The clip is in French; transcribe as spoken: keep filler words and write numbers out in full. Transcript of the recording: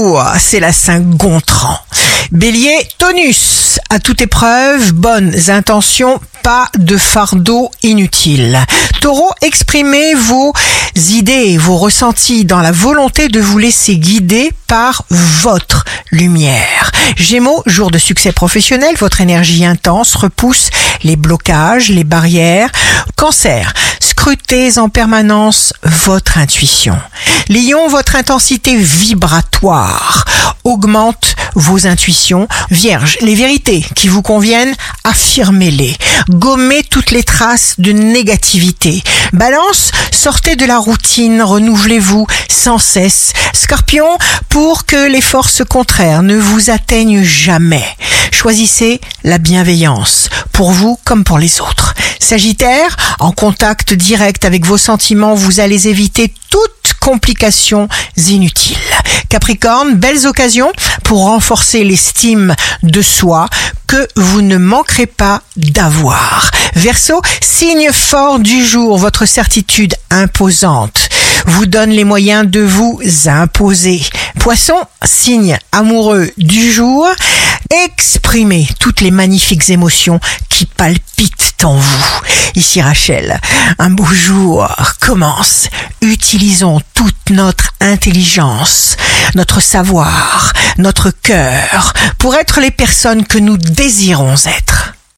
jour, c'est la Saint-Gontran. Bélier, tonus, à toute épreuve, bonnes intentions, pas de fardeau inutile. Taureau, exprimez vos idées, vos ressentis dans la volonté de vous laisser guider par votre lumière. Gémeaux, jour de succès professionnel, votre énergie intense repousse les blocages, les barrières. Cancer, scrutez en permanence votre intuition. Lion, votre intensité vibratoire augmente vos intuitions. Vierge, les vérités qui vous conviennent, affirmez-les. Gommez toutes les traces de négativité. Balance, sortez de la routine, renouvelez-vous sans cesse. Scorpion, pour que les forces contraires ne vous atteignent jamais, choisissez la bienveillance, pour vous comme pour les autres. Sagittaire, en contact direct avec vos sentiments, vous allez éviter toute complications inutiles. Capricorne, belles occasions pour renforcer l'estime de soi que vous ne manquerez pas d'avoir. Verseau, signe fort du jour, votre certitude imposante vous donne les moyens de vous imposer. Poisson, signe amoureux du jour, exprimez toutes les magnifiques émotions qui palpitent en vous. Ici Rachel, un beau jour commence. Utilisons toute notre intelligence, notre savoir, notre cœur pour être les personnes que nous désirons être.